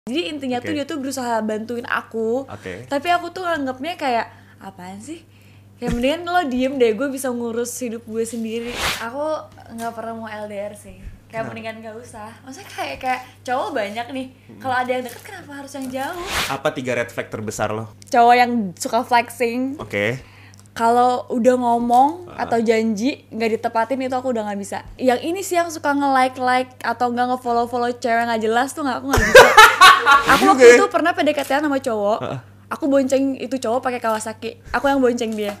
Jadi intinya tuh dia tuh berusaha bantuin aku. Tapi aku tuh anggapnya kayak apaan sih? Kayak mendingan lo diem deh, gue bisa ngurus hidup gue sendiri. Aku nggak pernah mau LDR sih. Kayak mendingan gak usah. Maksudnya kayak cowok banyak nih. Kalau ada yang deket kenapa harus yang jauh? Apa 3 red flag terbesar lo? Cowok yang suka flexing. Kalau udah ngomong atau janji nggak ditepatin itu aku udah nggak bisa. Yang ini sih yang suka nge-like atau nggak nge-follow cewek nggak jelas tuh aku nggak bisa. Aku waktu itu pernah PDKT-an sama cowok. Aku bonceng itu cowok pakai Kawasaki. Aku yang bonceng dia.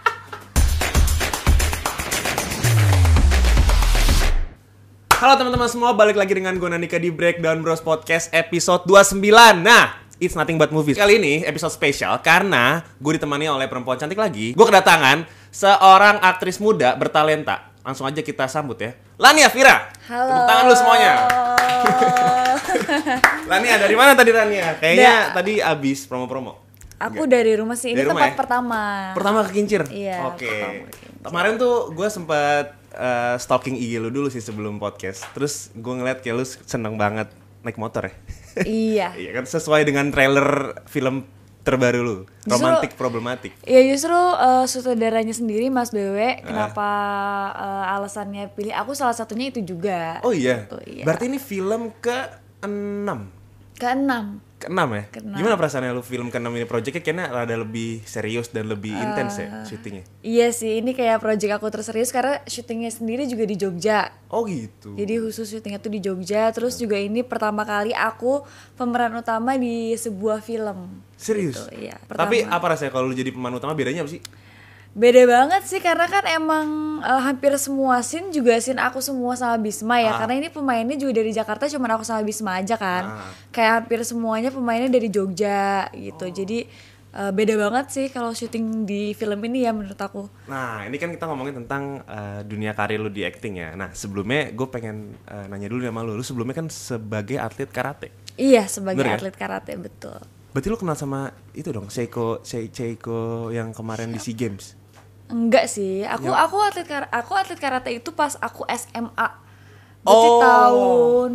Halo teman-teman semua, balik lagi dengan gue Nanika di Breakdown Bros Podcast episode 29. Nah, It's Nothing But Movies. Kali ini episode spesial karena gue ditemani oleh perempuan cantik lagi. Gue kedatangan seorang aktris muda bertalenta. Langsung aja kita sambut ya, Lania Vira. Halo. Tepuk tangan lu semuanya. Lania, dari mana tadi Lania? Kayaknya tadi abis promo-promo. Aku dari rumah sih, ini dari tempat rumah, ya? pertama ke Kincir? Iya. Oke. Kemarin tuh gue sempet stalking IG lu dulu sih sebelum podcast. Terus gue ngeliat kayak lu seneng banget naik motor ya. Iya. Iya kan, sesuai dengan trailer film terbaru lu, Romantic Problematic. Iya, justru sutradaranya sendiri Mas BW, kenapa alasannya pilih aku salah satunya itu juga. Oh iya? Gitu, iya. Berarti ini film ke-6? Ke-6 ya? Ke-6. Gimana perasaannya lu film ke-6 ini? Projectnya kayaknya rada lebih serius dan lebih intens ya syutingnya? Iya sih, ini kayak project aku terserius karena syutingnya sendiri juga di Jogja. Oh gitu. Jadi khusus syutingnya tuh di Jogja. Terus juga ini pertama kali aku pemeran utama di sebuah film. Serius? Gitu, iya. Tapi apa rasanya kalau lu jadi pemeran utama, bedanya apa sih? Beda banget sih karena kan emang hampir semua scene juga scene aku semua sama Bisma ya. Karena ini pemainnya juga dari Jakarta, cuman aku sama Bisma aja kan. Kayak hampir semuanya pemainnya dari Jogja gitu. Jadi beda banget sih kalau syuting di film ini ya menurut aku. Nah, ini kan kita ngomongin tentang dunia karir lu di acting ya. Nah, sebelumnya gue pengen nanya dulu sama lu. Lu sebelumnya kan sebagai atlet karate. Iya, sebagai bener, atlet karate, betul. Berarti lu kenal sama itu dong, Seiko yang kemarin di SEA Games? Enggak sih. Aku atlet karate itu pas aku SMA. Berarti tahun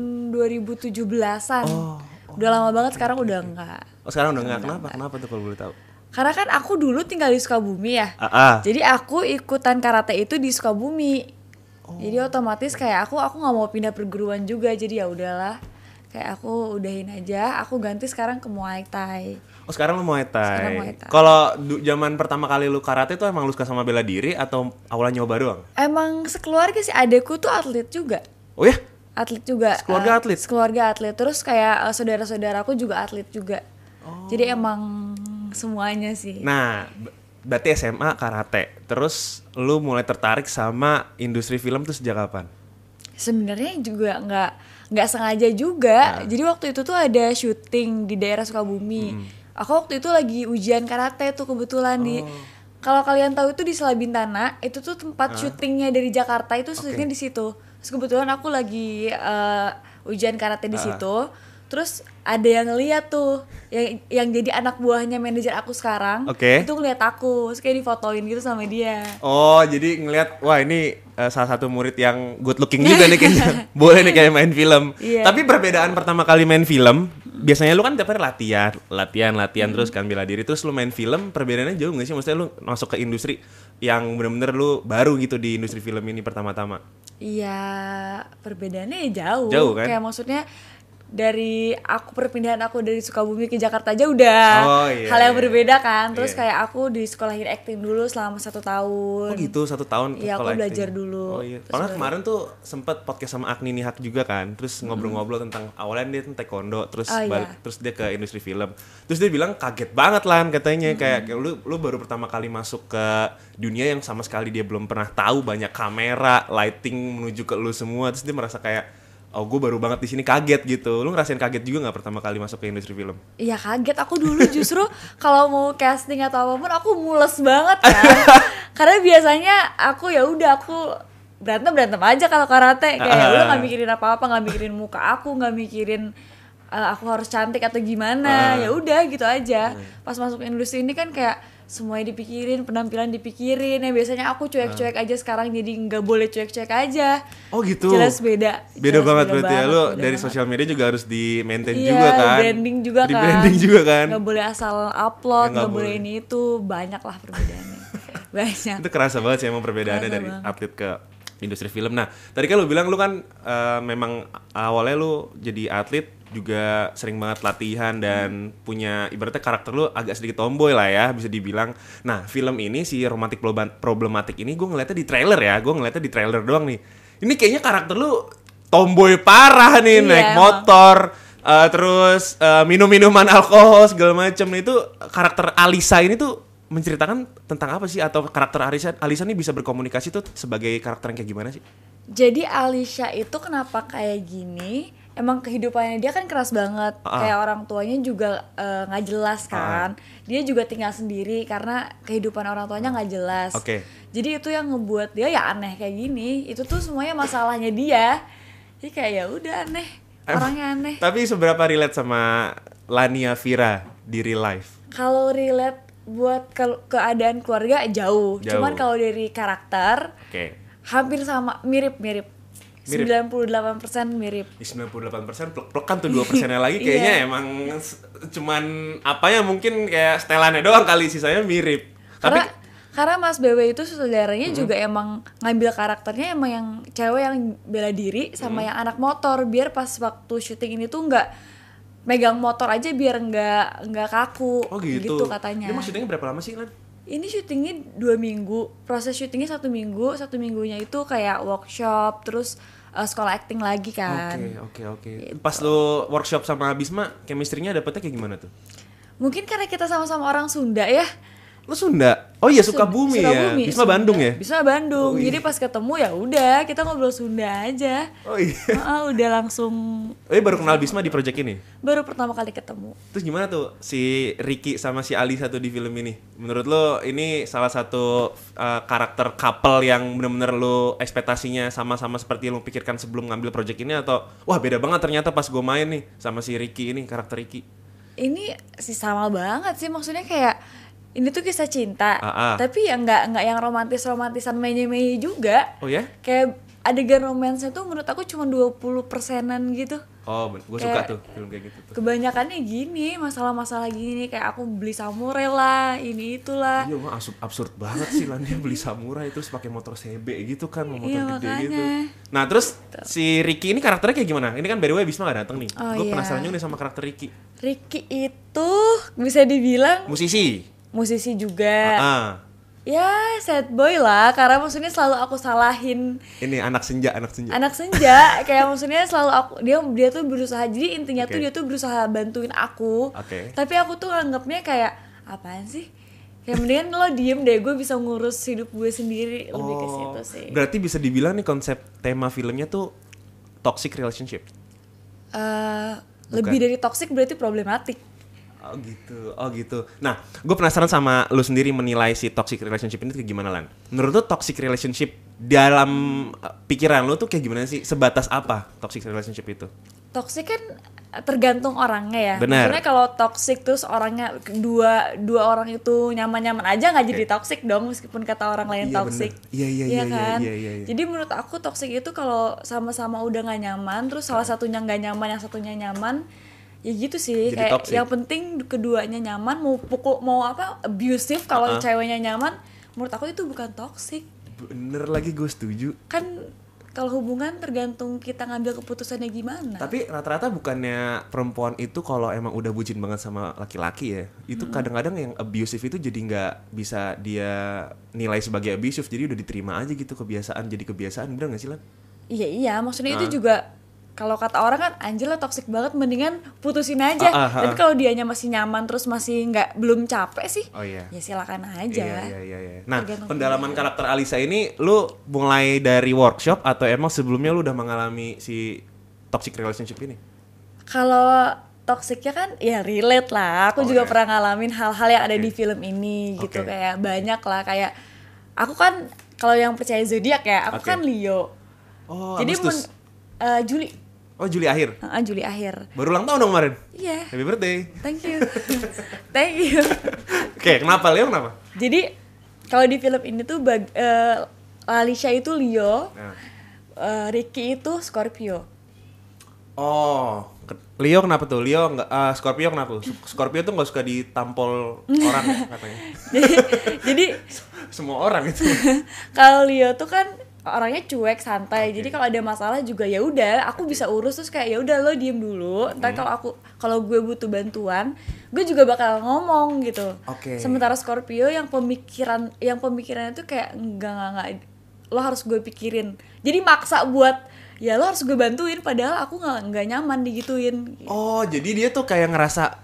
2017-an. Udah lama banget, sekarang udah enggak. Oh, sekarang udah enggak. Kenapa tuh kalau boleh tahu? Karena kan aku dulu tinggal di Sukabumi ya. Jadi aku ikutan karate itu di Sukabumi. Jadi otomatis kayak aku nggak mau pindah perguruan juga. Jadi ya udahlah. Kayak aku udahin aja. Aku ganti sekarang ke Muay Thai. Oh, sekarang lu Muay Thai. Sekarang Muay Thai. Kalau zaman pertama kali lu karate tuh emang lu suka sama bela diri atau awalnya nyoba doang? Emang sekeluarga sih, adekku tuh atlet juga. Oh ya? Atlet juga. Sekeluarga atlet? Sekeluarga atlet. Terus kayak saudara-saudaraku juga atlet juga. Jadi emang semuanya sih. Nah, berarti SMA karate. Terus lu mulai tertarik sama industri film tuh sejak kapan? Sebenarnya juga nggak sengaja juga. Jadi waktu itu tuh ada syuting di daerah Sukabumi. Aku waktu itu lagi ujian karate tuh kebetulan di. Kalau kalian tahu itu di Selabintana, itu tuh tempat syutingnya dari Jakarta, itu syutingnya di situ. Terus kebetulan aku lagi ujian karate di situ. Terus ada yang ngeliat tuh yang jadi anak buahnya manajer aku sekarang. Itu ngeliat aku, terus kayak difotoin gitu sama dia. Oh, jadi ngeliat, wah ini salah satu murid yang good looking juga nih kayaknya. Boleh nih kayak main film. Tapi perbedaan pertama kali main film, biasanya lu kan tiap hari latihan terus kan bela diri, terus lu main film, perbedaannya jauh nggak sih? Maksudnya lu masuk ke industri yang bener-bener lu baru gitu di industri film ini pertama-tama. Iya, perbedaannya jauh. Jauh kan? Kayak maksudnya dari perpindahan aku dari Sukabumi ke Jakarta aja udah hal yang berbeda kan. Terus kayak aku disekolahin acting dulu selama 1 tahun. Oh gitu, 1 tahun. Iya, aku belajar dulu. Oh iya. Karena kemarin tuh sempet podcast sama Agni Nihak juga kan. Terus ngobrol-ngobrol tentang awalnya dia tentang taekwondo, terus terus dia ke industri film. Terus dia bilang kaget banget lah katanya, kayak lu baru pertama kali masuk ke dunia yang sama sekali dia belum pernah tahu, banyak kamera, lighting menuju ke lu semua. Terus dia merasa kayak, oh gue baru banget di sini, kaget gitu. Lu ngerasain kaget juga nggak pertama kali masuk ke industri film? Iya kaget. Aku dulu justru kalau mau casting atau apapun aku mules banget kan. Karena biasanya aku berantem aja kalau karate. Kayak lu nggak mikirin apa-apa, nggak mikirin muka aku, nggak mikirin aku harus cantik atau gimana. Ya udah gitu aja. Pas masuk industri ini kan kayak semuanya dipikirin, penampilan dipikirin. Ya biasanya aku cuek-cuek aja, sekarang jadi nggak boleh cuek-cuek aja. Oh gitu. Jelas beda. Beda jelas banget beda berarti ya. banget, Lo beda dari banget. sosial media juga harus di maintain Iya, juga kan. branding juga di kan. branding juga kan. Nggak boleh asal upload, Ya, nggak boleh ini itu, banyak lah perbedaannya. Banyak. Itu kerasa banget sih emang perbedaannya Kerasa dari banget. atlet ke industri film. Nah, tadi kan lu bilang lu kan memang awalnya lu jadi atlet juga sering banget latihan dan punya ibaratnya karakter lu agak sedikit tomboy lah ya bisa dibilang. Nah, film ini si romantic problematic ini gue ngeliatnya di trailer ya, gue ngeliatnya di trailer doang nih. Ini kayaknya karakter lu tomboy parah nih, Iya, naik emang. motor, terus minum-minuman alkohol segala macam. Itu karakter Alisa ini tuh menceritakan tentang apa sih, atau karakter Alisa ini bisa berkomunikasi tuh sebagai karakter yang kayak gimana sih? Jadi Alisha itu kenapa kayak gini? Emang kehidupannya dia kan keras banget, kayak orang tuanya juga nggak jelas kan. Dia juga tinggal sendiri karena kehidupan orang tuanya nggak jelas. Oke. Jadi itu yang ngebuat dia ya aneh kayak gini. Itu tuh semuanya masalahnya dia. Jadi kayak ya udah aneh, orangnya aneh. Tapi seberapa relate sama Lania Vira di real life? Kalau relate buat keadaan keluarga jauh. Jauh. Cuman kalau dari karakter Oke. hampir sama, mirip. 98% mirip. Di 98% plek-plekan tuh 2%-nya lagi kayaknya Iya. emang cuman apa ya, mungkin kayak setelannya doang kali, sisanya mirip. Karena Mas Bewe itu saudaranya juga emang ngambil karakternya emang yang cewek yang bela diri sama yang anak motor, biar pas waktu syuting ini tuh nggak megang motor aja biar nggak kaku. Oh gitu. Katanya. Dia mau syutingnya berapa lama sih, Lan? Ini syutingnya 2 minggu, proses syutingnya 1 minggu, 1 minggunya itu kayak workshop, terus sekolah acting lagi kan. Oke. Gitu. Pas lu workshop sama Bisma, chemistry-nya dapetnya kayak gimana tuh? Mungkin karena kita sama-sama orang Sunda ya. Lu Sunda? Oh iya, Sukabumi ya. Bisma Sunda. Bandung ya? Bisma Bandung. Oh, iya. Jadi pas ketemu ya udah kita ngobrol Sunda aja. Oh iya. Udah langsung Baru kenal Bisma di project ini? baru pertama kali ketemu. Terus gimana tuh si Ricky sama si Ali satu di film ini? Menurut lo ini salah satu karakter couple yang bener-bener lo ekspektasinya sama-sama seperti yang lo pikirkan sebelum ngambil project ini, atau wah beda banget ternyata pas gue main nih sama si Ricky ini, karakter Ricky? Ini sih sama banget sih, maksudnya kayak ini tuh kisah cinta, tapi ya nggak yang romantisan menye-menye juga. Oh ya? Kayak adegan romansnya tuh menurut aku cuma 20%-an gitu. Oh, gue suka tuh film kayak gitu tuh. Kebanyakannya gini, masalah-masalah gini kayak aku beli samurai lah, ini itulah. Iya, mah absurd banget sih Lan, dia beli samurai terus pakai motor CB gitu kan, motor Iya, gede makanya. gitu. Nah, terus si Ricky ini karakternya kayak gimana? Ini kan by the way Bisma gak dateng nih. Oh, Gue iya. penasaran juga nih sama karakter Ricky. Ricky itu bisa dibilang musisi juga. Ya sad boy lah, karena maksudnya selalu aku salahin. Ini anak senja. Kayak maksudnya selalu dia tuh berusaha, jadi intinya tuh dia tuh berusaha bantuin aku. Tapi aku tuh anggapnya kayak apaan sih? Ya mendingan lo diem deh, gue bisa ngurus hidup gue sendiri, lebih ke situ sih. Berarti bisa dibilang nih konsep tema filmnya tuh toxic relationship. Lebih dari toxic berarti problematik. Oh gitu. Nah, gue penasaran sama lu sendiri menilai si toxic relationship ini kayak gimana, Lan? Menurut lu toxic relationship dalam pikiran lu tuh kayak gimana sih? Sebatas apa toxic relationship itu? Toxic kan tergantung orangnya ya. Benar. Maksudnya kalau toxic terus orangnya dua orang itu nyaman-nyaman aja nggak jadi toxic dong, meskipun kata orang lain toxic. Iya kan? Jadi menurut aku toxic itu kalau sama-sama udah nggak nyaman, terus salah satunya nggak nyaman, yang satunya nyaman. Ya gitu sih, jadi kayak toxic. yang penting keduanya nyaman, mau pukul mau apa abusive kalau ceweknya nyaman, menurut aku itu bukan toxic. Bener lagi, gue setuju. Kan kalau hubungan tergantung kita ngambil keputusannya gimana. Tapi rata-rata bukannya perempuan itu kalau emang udah bucin banget sama laki-laki ya, itu kadang-kadang yang abusive itu jadi nggak bisa dia nilai sebagai abusive, jadi udah diterima aja gitu, jadi kebiasaan, bener nggak sih, Lan? Iya, maksudnya itu juga kalau kata orang kan anjir lah toxic banget, mendingan putusin aja. Tapi kalau dianya masih nyaman terus masih belum capek sih, ya silakan aja. Iya. Nah, pendalaman karakter Alisa ini lu mulai dari workshop atau emang sebelumnya lu udah mengalami si toxic relationship ini? Kalau toksiknya kan ya relate lah. Aku juga pernah ngalamin hal-hal yang ada di film ini gitu, kayak banyak lah, kayak aku kan kalau yang percaya zodiak ya, aku kan Leo. Jadi Juli. Oh, Juli akhir? Juli akhir. Baru ulang tahun dong kemarin? Iya. Happy birthday. Thank you. Oke, kenapa Leo kenapa? Jadi kalau di film ini tuh Alicia itu Leo, Ricky itu Scorpio. Oh, Leo kenapa tuh? Leo nggak, Scorpio kenapa? Scorpio tuh nggak suka ditampol orang ya, katanya. Jadi semua orang itu. Kalau Leo tuh kan orangnya cuek, santai. Jadi kalau ada masalah juga ya udah, aku bisa urus, terus kayak ya udah lo diem dulu. Ntar kalau gue butuh bantuan, gue juga bakal ngomong gitu. Sementara Scorpio yang pemikirannya tuh kayak enggak, lo harus gue pikirin. Jadi maksa buat ya lo harus gue bantuin, padahal aku nggak nyaman digituin. Oh, jadi dia tuh kayak ngerasa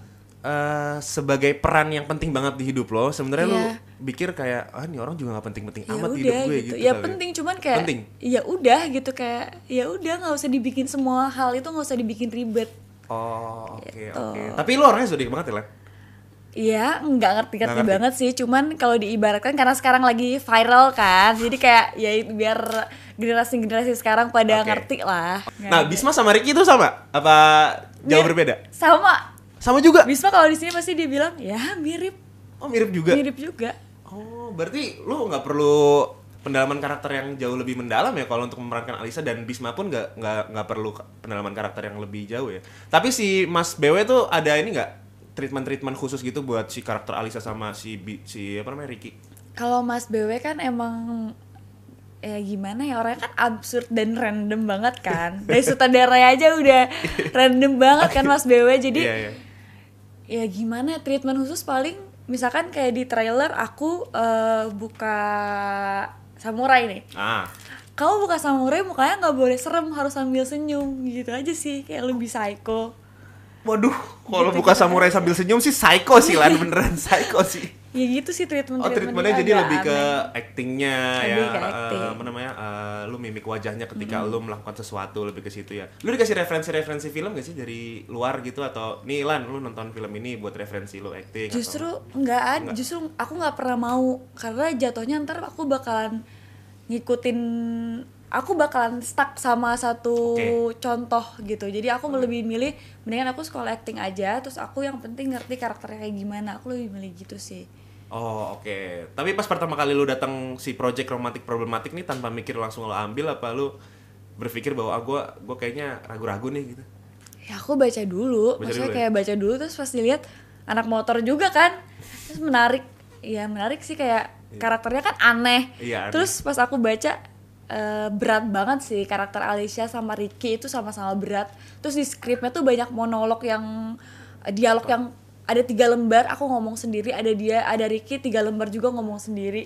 sebagai peran yang penting banget di hidup lo. Sebenarnya lo pikir kayak ini orang juga nggak penting-penting amat di hidup gue gitu. Ya penting, cuman kayak ya udah gitu, kayak ya udah nggak usah dibikin semua hal itu, nggak usah dibikin ribet. Oh, oke. Tapi lo orangnya zodiak banget ya, Lan? Iya, nggak ngerti banget sih. Cuman kalau diibaratkan karena sekarang lagi viral kan, jadi kayak ya biar generasi sekarang pada ngerti lah. Nah, Bisma sama Ricky itu sama? Apa jauh berbeda? Sama juga? Bisma kalau di sini pasti dia bilang, ya mirip. Oh, mirip juga? Mirip juga. Oh, berarti lu nggak perlu pendalaman karakter yang jauh lebih mendalam ya kalau untuk memerankan Alisa, dan Bisma pun nggak perlu pendalaman karakter yang lebih jauh ya. Tapi si Mas BW tuh ada ini nggak? Treatment khusus gitu buat si karakter Alisa sama si apa namanya, Ricky? Kalau Mas BW kan emang gimana ya, orangnya kan absurd dan random banget kan. Dari sutradaranya aja udah random banget kan Mas BW. Jadi ya gimana, treatment khusus paling misalkan kayak di trailer aku buka samurai nih. Kamu buka samurai mukanya nggak boleh serem, harus sambil senyum gitu aja sih, kayak lebih psycho. Waduh, kalau gitu buka samurai sambil senyum sih psycho sih, Lan, beneran psycho sih. Ya gitu sih treatmentnya jadi lebih ke actingnya ya, acting. Apa namanya, lu mimik wajahnya ketika lu melakukan sesuatu, lebih ke situ ya. Lu dikasih referensi film gak sih dari luar gitu, atau nih Lan, lu nonton film ini buat referensi lu acting? Justru enggak. Justru aku nggak pernah mau, karena jatuhnya ntar aku bakalan stuck sama satu contoh gitu. Jadi aku lebih milih mendingan aku sekolah acting aja, terus aku yang penting ngerti karakternya kayak gimana. Aku lebih milih gitu sih. Oh, oke. Tapi pas pertama kali lu datang si project romantic problematic nih, tanpa mikir langsung lo ambil, apa lu berpikir bahwa gua kayaknya ragu-ragu nih gitu? Ya aku baca dulu. Maksudnya kayak baca dulu, terus pas dilihat anak motor juga kan. Terus menarik. Ya menarik sih, kayak karakternya kan aneh. Terus pas aku baca berat banget sih karakter Alicia sama Ricky itu, sama-sama berat. Terus di skripnya tuh banyak monolog dialog yang ada 3 lembar aku ngomong sendiri, ada Ricky 3 lembar juga ngomong sendiri.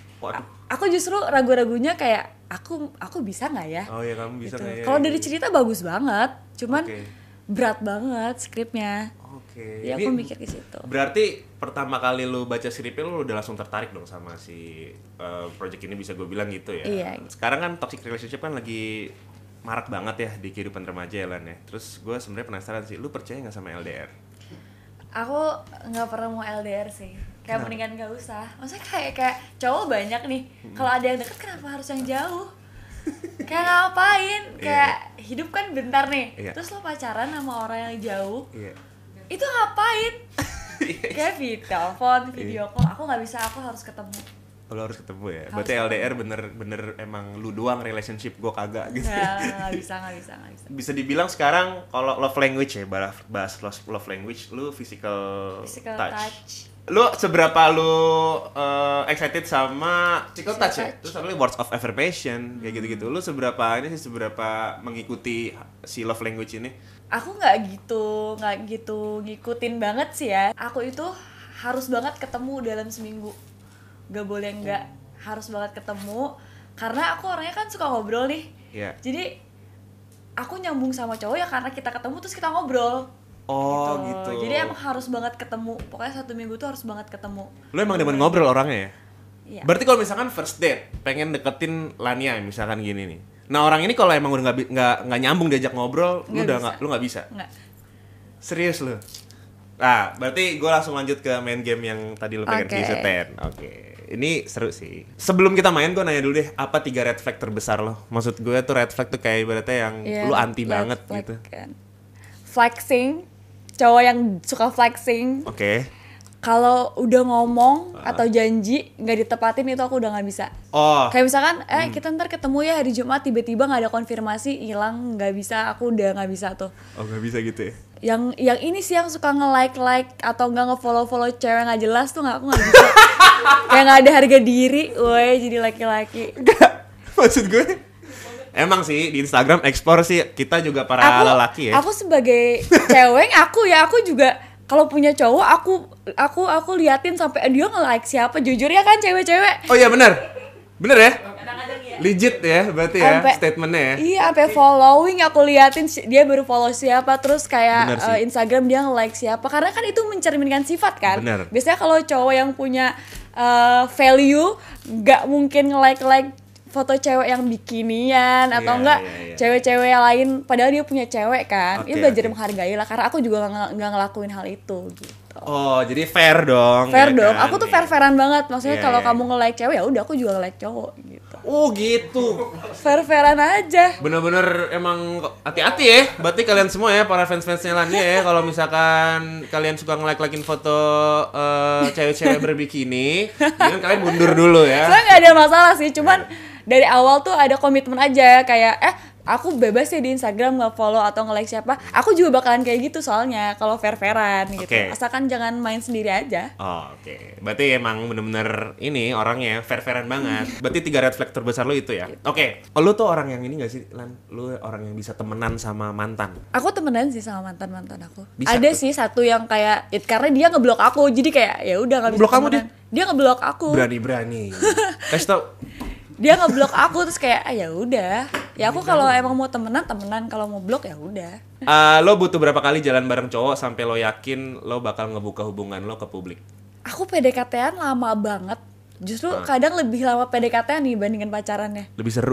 Aku justru ragu-ragunya kayak aku bisa nggak ya? Oh ya, kamu bisa nggak gitu. Kalau dari cerita bagus banget, cuman berat banget skripnya. Jadi aku mikir ke situ. Berarti pertama kali lu baca skripnya lu udah langsung tertarik dong sama si project ini, bisa gue bilang gitu ya. Iya. Sekarang kan toxic relationship kan lagi marak banget ya di kehidupan remaja ya, Lan ya. Terus gue sebenarnya penasaran sih, lu percaya nggak sama LDR? Aku nggak pernah mau LDR sih. Kayak mendingan nggak usah. Maksudnya kayak cowok banyak nih. Kalau ada yang deket kenapa harus yang jauh? Kayak ngapain? Kayak hidup kan bentar nih. Terus lo pacaran sama orang yang jauh. Itu ngapain? Kayak video call. Aku nggak bisa, aku harus ketemu. Lo harus ketemu ya. Berarti LDR bener emang lu doang relationship, gue kagak gitu. Nggak bisa. Bisa dibilang sekarang kalau love language ya, bahas love language, lu physical touch. Lu seberapa lu excited sama physical touch ya? Terus ada words of affirmation kayak gitu-gitu. Lu seberapa mengikuti si love language ini? Aku nggak gitu ngikutin banget sih ya. Aku itu harus banget ketemu dalam seminggu. Gak boleh enggak, harus banget ketemu. Karena aku orangnya kan suka ngobrol nih. Jadi aku nyambung sama cowok ya karena kita ketemu terus kita ngobrol. Oh gitu. Jadi emang harus banget ketemu. Pokoknya 1 minggu tuh harus banget ketemu. Lu emang demen ngobrol orangnya ya? Iya. Berarti kalau misalkan first date pengen deketin Lania misalkan gini nih. Nah, orang ini kalau emang udah nggak nyambung diajak ngobrol, lu nggak bisa. Nggak. Serius lu? Nah, berarti gue langsung lanjut ke main game yang tadi lu pengen season 10. Ini seru sih. Sebelum kita main, gue nanya dulu deh, apa 3 red flag terbesar lo? Maksud gue tuh red flag tuh kayak ibaratnya yang lu anti banget gitu. Kan. Flexing, cowok yang suka flexing. Kalau udah ngomong atau janji nggak ditepatin itu aku udah nggak bisa. Kayak misalkan kita ntar ketemu ya hari Jumat, tiba-tiba nggak ada konfirmasi, hilang, nggak bisa, aku udah nggak bisa tuh. Nggak bisa gitu ya? Yang ini sih yang suka nge-like atau nggak nge-follow cewek nggak jelas tuh aku nggak bisa. Kayak nggak ada harga diri, woi jadi laki-laki. Maksud gue emang sih di Instagram explore sih kita juga para lelaki ya. Aku sebagai cewek aku juga kalau punya cowok aku liatin sampai dia nge-like siapa, jujur ya kan cewek-cewek. Oh iya benar ya. Legit ya berarti ya statementnya ya. Iya, sampai following aku liatin dia baru follow siapa, terus kayak Instagram dia nge-like siapa, karena kan itu mencerminkan sifat kan. Bener. Biasanya kalau cowok yang punya value nggak mungkin nge-like foto cewek yang bikinian atau enggak cewek-cewek lain padahal dia punya cewek kan. Dia belajar menghargai lah, karena aku juga nggak ngelakuin hal itu gitu. Jadi fair dong. Fair dong. Kan? Aku tuh fair-fairan banget. Maksudnya kalau kamu nge-like cewek ya udah aku juga nge-like cowok gitu. Gitu. Fair-fairan aja. Bener-bener emang hati-hati ya. Berarti kalian semua ya para fans-fansnya Lania ya, kalau misalkan kalian suka nge-like-likein foto cewek-cewek berbikini, jangan kalian mundur dulu ya. Soalnya nggak ada masalah sih, cuman dari awal tuh ada komitmen aja kayak aku bebas ya di Instagram nge-follow atau nge-like siapa, aku juga bakalan kayak gitu soalnya kalau fair-fairan gitu. Asalkan jangan main sendiri aja. Berarti emang bener-bener ini orangnya fair-fairan banget. Berarti 3 red flag terbesar lo itu ya. Lo tuh orang yang ini gak sih Lan? Lo orang yang bisa temenan sama mantan? Aku temenan sih sama mantan aku. Bisa, ada sih satu yang kayak karena dia ngeblok aku, jadi kayak ya udah nggak bisa temenan. Dia ngeblok aku. Berani. Kasih tau. Dia ngeblok aku terus kayak ya udah. Ya aku kalau emang mau temenan, kalau mau blok ya udah. Lo butuh berapa kali jalan bareng cowok sampai lo yakin lo bakal ngebuka hubungan lo ke publik? Aku PDKT-an lama banget. Justru kadang lebih lama PDKT-an dibandingin pacarannya. Lebih seru.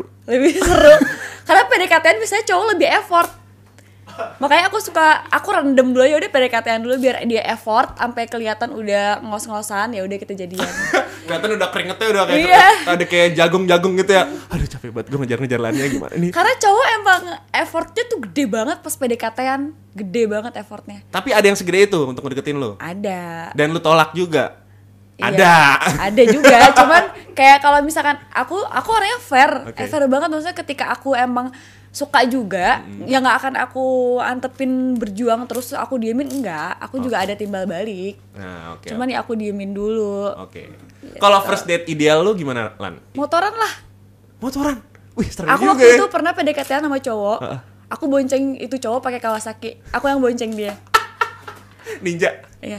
Karena PDKT-an biasanya cowok lebih effort. Makanya aku rendem dulu ya udah PDKT-an dulu biar dia effort sampai kelihatan udah ngos-ngosan, ya udah kita jadian. Kelihatan udah keringetnya udah kayak ada kayak jagung-jagung gitu ya. Aduh capek banget gue ngejar-ngejar Lania gimana nih. Karena cowok emang effortnya tuh gede banget pas PDKT-an, gede banget effortnya. Tapi ada yang segede itu untuk ngedeketin lo? Ada. Dan lu tolak juga? Ada juga, cuman kayak kalau misalkan aku orangnya fair banget, maksudnya ketika aku emang suka juga, ya nggak akan aku antepin berjuang terus aku diemin, enggak, aku juga ada timbal balik. Cuman ya aku diemin dulu. Gitu. Kalau first date ideal lu gimana, Lan? Motoran lah. Motoran? Wih, seru aku juga. Aku waktu itu pernah PDKT-an sama cowok. Aku bonceng itu cowok pakai Kawasaki. Aku yang bonceng dia. Ninja. Iya.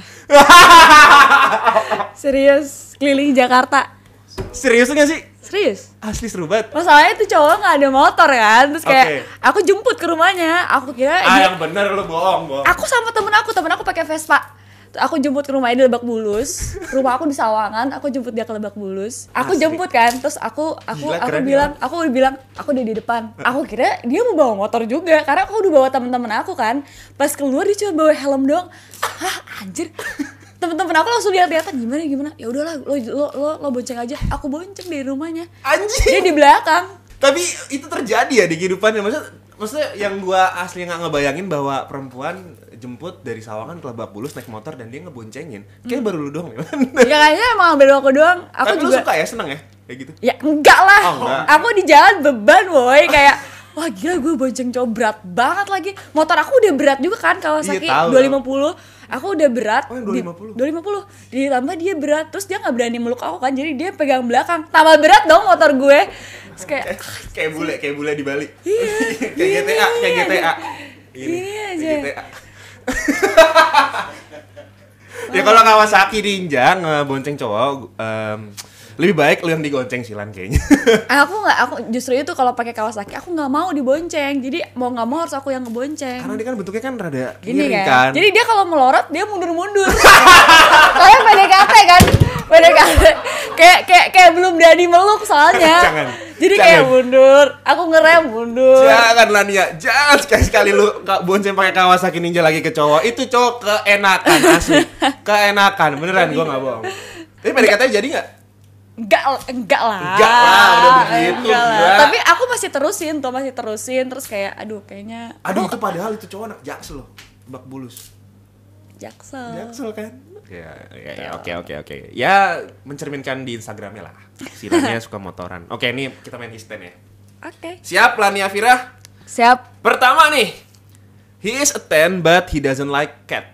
Serius, keliling Jakarta. Serius gak sih? Serius. Asli seru banget. Masalahnya tuh cowok gak ada motor kan. Terus kayak aku jemput ke rumahnya. Aku kira yang bener lu bohong. Aku sama temen aku pakai Vespa. Aku jemput ke rumahnya di Lebak Bulus. Rumah aku di Sawangan, aku jemput dia ke Lebak Bulus. Aku jemput kan, terus aku bilang aku udah di depan. Aku kira dia mau bawa motor juga karena aku udah bawa temen-temen aku kan. Pas keluar dia cuma bawa helm doang. Anjir. Temen-temen aku langsung lihat-lihatan gimana. Ya udahlah, lo bonceng aja. Aku bonceng dari rumahnya. Anjir. Dia di belakang. Tapi itu terjadi ya di kehidupannya. Maksudnya yang gua asli nggak ngebayangin bahwa perempuan jemput dari Sawangan ke Lebak Bulus naik motor dan dia ngeboncengin. Kayaknya baru lu doang ya. Ya kayaknya emang baru aku doang. Aku tapi juga. Lu suka ya, seneng ya kayak gitu? Ya enggak lah. Enggak. Aku di jalan beban woy kayak wah gila gue bonceng cowok berat banget lagi. Motor aku udah berat juga kan Kawasaki 250. Aku udah berat. Oh yang 250? 250. Ditambah dia berat. Terus dia gak berani meluk aku kan. Jadi dia pegang belakang. Tambah berat dong motor gue. Terus kayak bule di Bali. Iya. kayak GTA. Ini aja. GTA. Ya kalau Kawasaki Ninja ngebonceng cowok, lebih baik lu yang digonceng sih Lan kayaknya. Aku justru itu kalau pakai Kawasaki aku nggak mau dibonceng. Jadi mau nggak mau harus aku yang ngebonceng. Karena dia kan bentuknya kan rada gini miring kan. Jadi dia kalau melorot dia mundur-mundur. Soalnya PDKT kan. Kayak belum berani meluk soalnya. Jangan. Jadi kayak mundur. Aku ngerem mundur. Jangan Lania, jangan sekali-sekali lu bonceng pakai Kawasaki Ninja lagi ke cowok. Itu cowok keenakan asli. Keenakan beneran gua enggak bohong. Tapi PDKT jadi enggak? Enggak lah, udah begitu lah. Tapi aku masih terusin terus kayak aduh kayaknya itu padahal itu cowok anak Jaksel loh, Lebak Bulus. Jaksel kan? Ya, oke. Ya mencerminkan di Instagramnya lah. Si Lania suka motoran. Oke, ini kita main Histen ya. Oke. Siap Lania Fira? Siap. Pertama nih. He is a 10 but he doesn't like cat.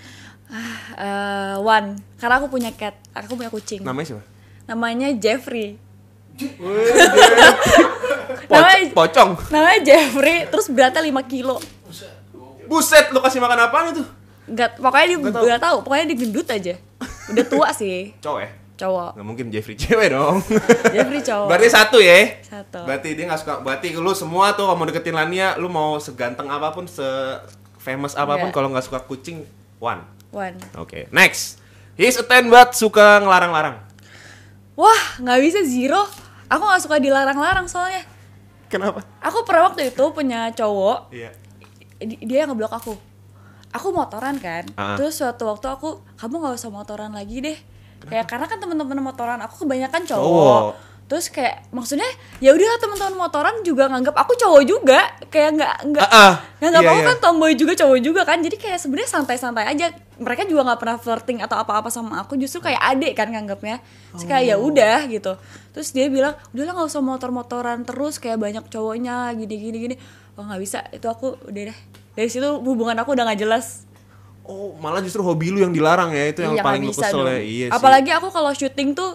One. Karena aku punya cat. Aku punya kucing. Namanya siapa? Namanya Jeffrey. Pocong. Namanya Jeffrey. Terus beratnya 5 kilo. Buset, lu kasih makan apaan itu? Enggak, pokoknya dia enggak tahu. Pokoknya dia gendut aja. Udah tua sih. Cowok ya? Cowok. Nggak mungkin Jeffrey cewek dong. Jeffrey cowok. Berarti satu ya? Satu. Berarti dia nggak suka. Berarti lu semua tuh kalau mau deketin Lania, lu mau seganteng apapun, famous apapun, kalau nggak suka kucing, one. Oke. Next. He's a 10 but suka ngelarang-larang. Wah, nggak bisa zero. Aku nggak suka dilarang-larang soalnya. Kenapa? Aku pernah waktu itu punya cowok. Iya. Dia yang ngeblok aku. Aku motoran kan. Terus suatu waktu kamu nggak usah motoran lagi deh. Kayak karena kan teman-teman motoran aku kebanyakan cowok. Terus kayak maksudnya ya udahlah teman-teman motoran juga nganggap aku cowok juga. Kayak nganggap aku kan tomboy juga, cowok juga kan. Jadi kayak sebenarnya santai-santai aja. Mereka juga nggak pernah flirting atau apa-apa sama aku. Justru kayak adik kan nganggapnya. Terus kayak ya udah gitu. Terus dia bilang udahlah nggak usah motor-motoran terus, kayak banyak cowoknya gini. Oh nggak bisa, itu aku udah deh. Dari situ hubungan aku udah nggak jelas. Oh, malah justru hobi lu yang dilarang ya, itu yang paling lu kesel ya. Iya sih. Apalagi aku kalau syuting tuh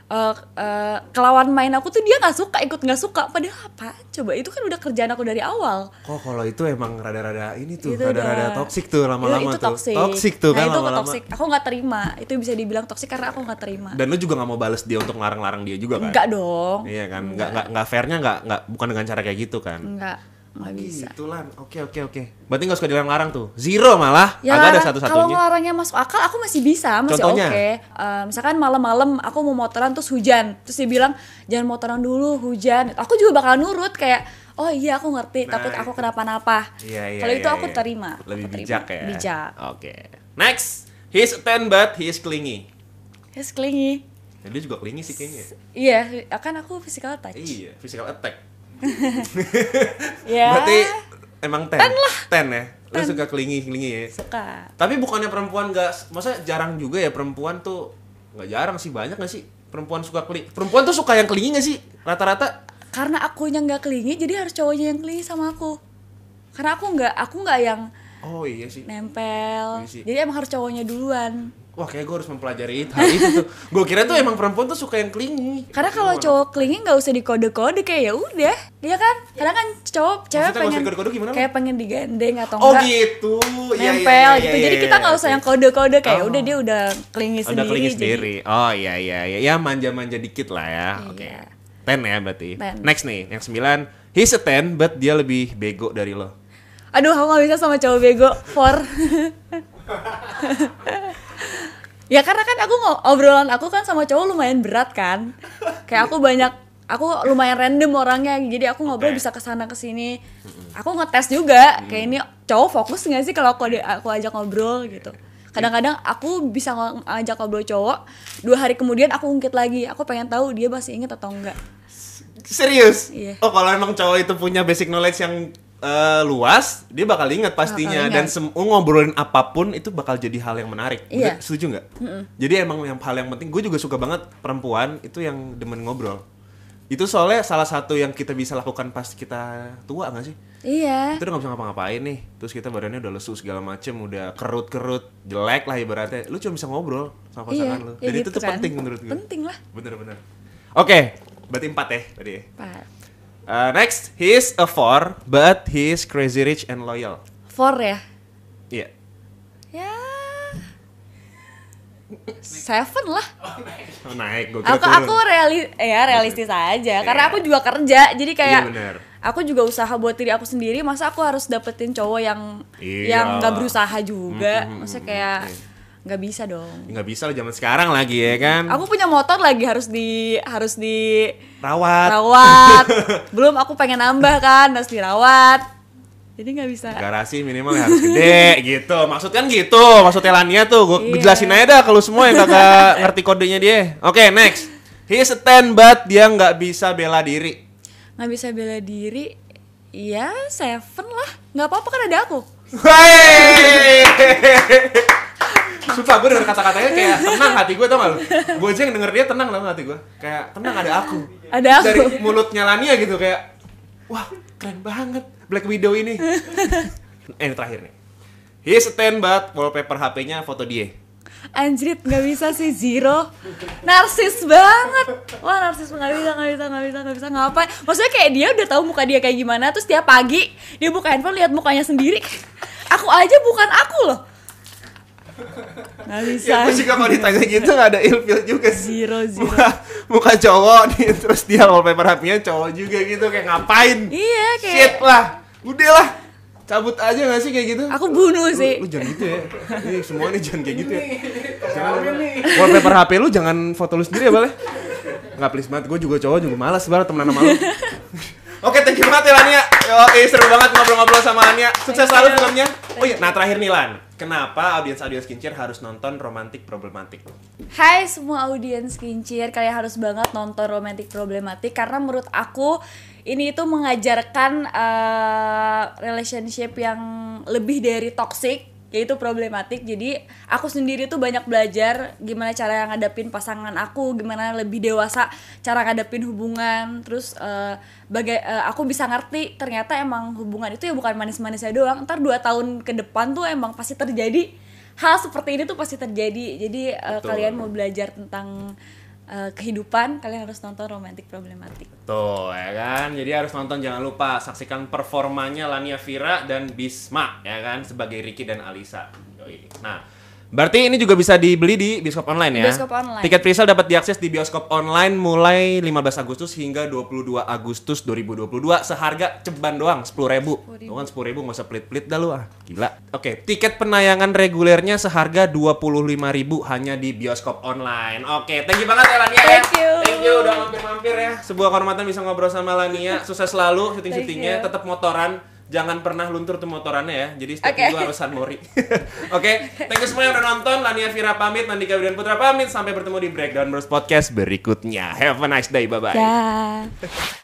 kelawan main aku tuh dia ikut nggak suka. Padahal apa? Coba itu kan udah kerjaan aku dari awal. Kok kalau itu emang rada-rada ini tuh, itu rada-rada toksik tuh lama-lama itu tuh. Toksik tuh kan lama-lama. Toksik. Aku nggak terima. Itu bisa dibilang toksik karena aku nggak terima. Dan lu juga nggak mau bales dia untuk larang-larang dia juga kan? Enggak dong. Iya kan? Nggak fairnya nggak bukan dengan cara kayak gitu kan? Nggak bisa. Gitu Lan. Oke. Berarti nggak suka dilarang-larang tuh. Zero malah. Ya, agak ada satu-satunya. Kalau ngelarangnya masuk akal aku masih bisa, masih oke. Misalkan malam-malam aku mau motoran terus hujan. Terus dia bilang, "Jangan motoran dulu, hujan." Aku juga bakal nurut kayak, "Oh iya, aku ngerti, takut aku kenapa-napa." Iya, kalau itu aku terima. Lebih aku bijak terima. ya. Bijak. Oke. Next. He's a 10 but he is clingy. He's clingy. Ya, dia juga clingy sih kayaknya. Iya, kan aku physical touch. Iya, physical attack. Ya. Berarti emang 10 ya? Lu suka clingy ya? Suka. Tapi bukannya perempuan masa jarang juga ya perempuan tuh, nggak jarang sih, banyak nggak sih perempuan suka clingy? Perempuan tuh suka yang clingy nggak sih rata-rata? Karena akunya nggak clingy, jadi harus cowoknya yang clingy sama aku. Karena aku nggak yang iya sih. Nempel. Iya sih. Jadi emang harus cowoknya duluan. Wah, kayak gue harus mempelajari hal itu tuh. Gue kira tuh emang perempuan tuh suka yang clingy. Karena kalau cowok clingy nggak usah dikode-kode, kayak ya udah, iya kan? Karena kan cewek pengen kayak pengen digandeng atau enggak? Oh gitu, nempel gitu. Jadi kita nggak usah yang kode-kode kayak udah dia udah clingy sendiri. Udah clingy sendiri. Oh iya, ya manja-manja dikit lah ya. Oke. 10 ya berarti. 10. Next nih, yang 9. He's a 10 but dia lebih bego dari lo. Aduh, aku nggak bisa sama cowok bego. Ya karena kan obrolan aku kan sama cowok lumayan berat kan. Kayak aku lumayan random orangnya. Jadi aku ngobrol bisa kesana kesini. Aku ngetes juga kayak ini cowok fokus nggak sih kalau aku ajak ngobrol gitu. Kadang-kadang aku bisa ngajak ngobrol cowok, 2 hari kemudian aku ungkit lagi. Aku pengen tahu dia masih inget atau enggak. Serius? Iya. Oh, kalau emang cowok itu punya basic knowledge yang luas, dia bakal ingat pastinya. Dan ngobrolin apapun itu bakal jadi hal yang menarik. Iya. Setuju nggak? Jadi emang hal yang penting, gue juga suka banget perempuan itu yang demen ngobrol. Itu soalnya salah satu yang kita bisa lakukan pas kita tua nggak sih? Iya. Kita udah gak bisa ngapa-ngapain nih, terus kita badannya udah lesu segala macem, udah kerut-kerut, jelek lah ibaratnya. Lu cuma bisa ngobrol sama pasangan lu. Ya Dan gitu itu tuh kan. penting menurut gue. Penting lah. Bener-bener. Oke, berarti 4 ya tadi ya? 4. Next, he's a 4, but he's crazy rich and loyal. 4 ya? Iya. Ya 7 lah. Oh, naik, gue kira turun. Aku realistis aja. Karena aku juga kerja, jadi kayak Iya, bener. aku juga usaha buat diri aku sendiri. Masa aku harus dapetin cowok yang nggak berusaha juga? Maksudnya kayak nggak bisa dong. Nggak bisa lah zaman sekarang lagi ya kan. Aku punya motor lagi harus di rawat. Belum aku pengen nambah kan, harus dirawat. Jadi nggak bisa. Garasi minimal harus gede gitu. Maksudnya maksudnya Lania tuh. Gue jelasin aja dah kalau semua yang kagak ngerti kodenya dia. Oke, next. He's a 10 but dia nggak bisa bela diri. Nggak bisa bela diri. Ya 7 lah. Nggak apa-apa kan ada aku. Sumpah gue denger kata-katanya kayak tenang hati gue, tau gak lu? Gue aja yang denger dia tenang tau hati gue. Kayak tenang ada aku. Ada aku. Dari mulutnya Lania gitu kayak, wah keren banget Black Widow ini. Ini terakhir nih. He's a 10 but wallpaper HP-nya foto dia. Anjrit, gak bisa sih, zero. Narsis banget. Wah, narsis gak bisa ngapain. Maksudnya kayak dia udah tahu muka dia kayak gimana, terus tiap pagi dia buka handphone lihat mukanya sendiri. Aku aja bukan aku loh. Gak bisa. Ya gue juga kalau ditanya gitu gak ada ilfil juga sih. Zero. Muka cowok nih, terus dia wallpaper HP-nya cowok juga gitu. Kayak ngapain? Iya, kayak shit lah, udah lah, cabut aja gak sih kayak gitu? Aku bunuh sih. Lu jangan gitu ya. Ini semua nih jangan kayak gitu ya. Jangan wallpaper HP lu jangan foto lu sendiri ya boleh? Nggak, please banget, gue juga cowok juga malas banget temenan sama lu. Oke, thank you banget ya Lania. Seru banget ngobrol-ngobrol sama Lania. Sukses selalu filmnya. Oh iya, nah terakhir nih Lan, kenapa audiens skincare harus nonton Romantic Problematic? Hai semua audiens skincare, kalian harus banget nonton Romantic Problematic karena menurut aku ini itu mengajarkan relationship yang lebih dari toxic, yaitu problematik. Jadi aku sendiri tuh banyak belajar gimana cara ngadepin pasangan aku, gimana lebih dewasa cara ngadepin hubungan. Terus aku bisa ngerti ternyata emang hubungan itu ya bukan manis-manisnya doang. Ntar 2 tahun ke depan tuh emang pasti terjadi hal seperti ini tuh pasti terjadi. Jadi kalian mau belajar tentang kehidupan, kalian harus nonton Romantic Problematic. Tuh ya kan, jadi harus nonton, jangan lupa saksikan performanya Lania Vira dan Bisma ya kan sebagai Ricky dan Alisa. Nah, berarti ini juga bisa dibeli di bioskop online ya? Bioskop online. Tiket presale dapat diakses di bioskop online mulai 15 Agustus hingga 22 Agustus 2022 seharga ceban doang 10.000. Tuh kan 10.000 nggak usah pelit-pelit dah lu ah. Gila. Oke, tiket penayangan regulernya seharga 25.000 hanya di bioskop online. Oke, thank you banget ya Lania ya. Thank you udah mampir-mampir ya. Sebuah kehormatan bisa ngobrol sama Lania. Sukses selalu syuting-syutingnya, tetap motoran. Jangan pernah luntur tuh motorannya ya. Jadi setiap minggu harus San Mori. Oke, thank you semua yang udah nonton. Lania Vira pamit, Nandika Widian Putra pamit. Sampai bertemu di Breakdown Bros Podcast berikutnya. Have a nice day, bye-bye.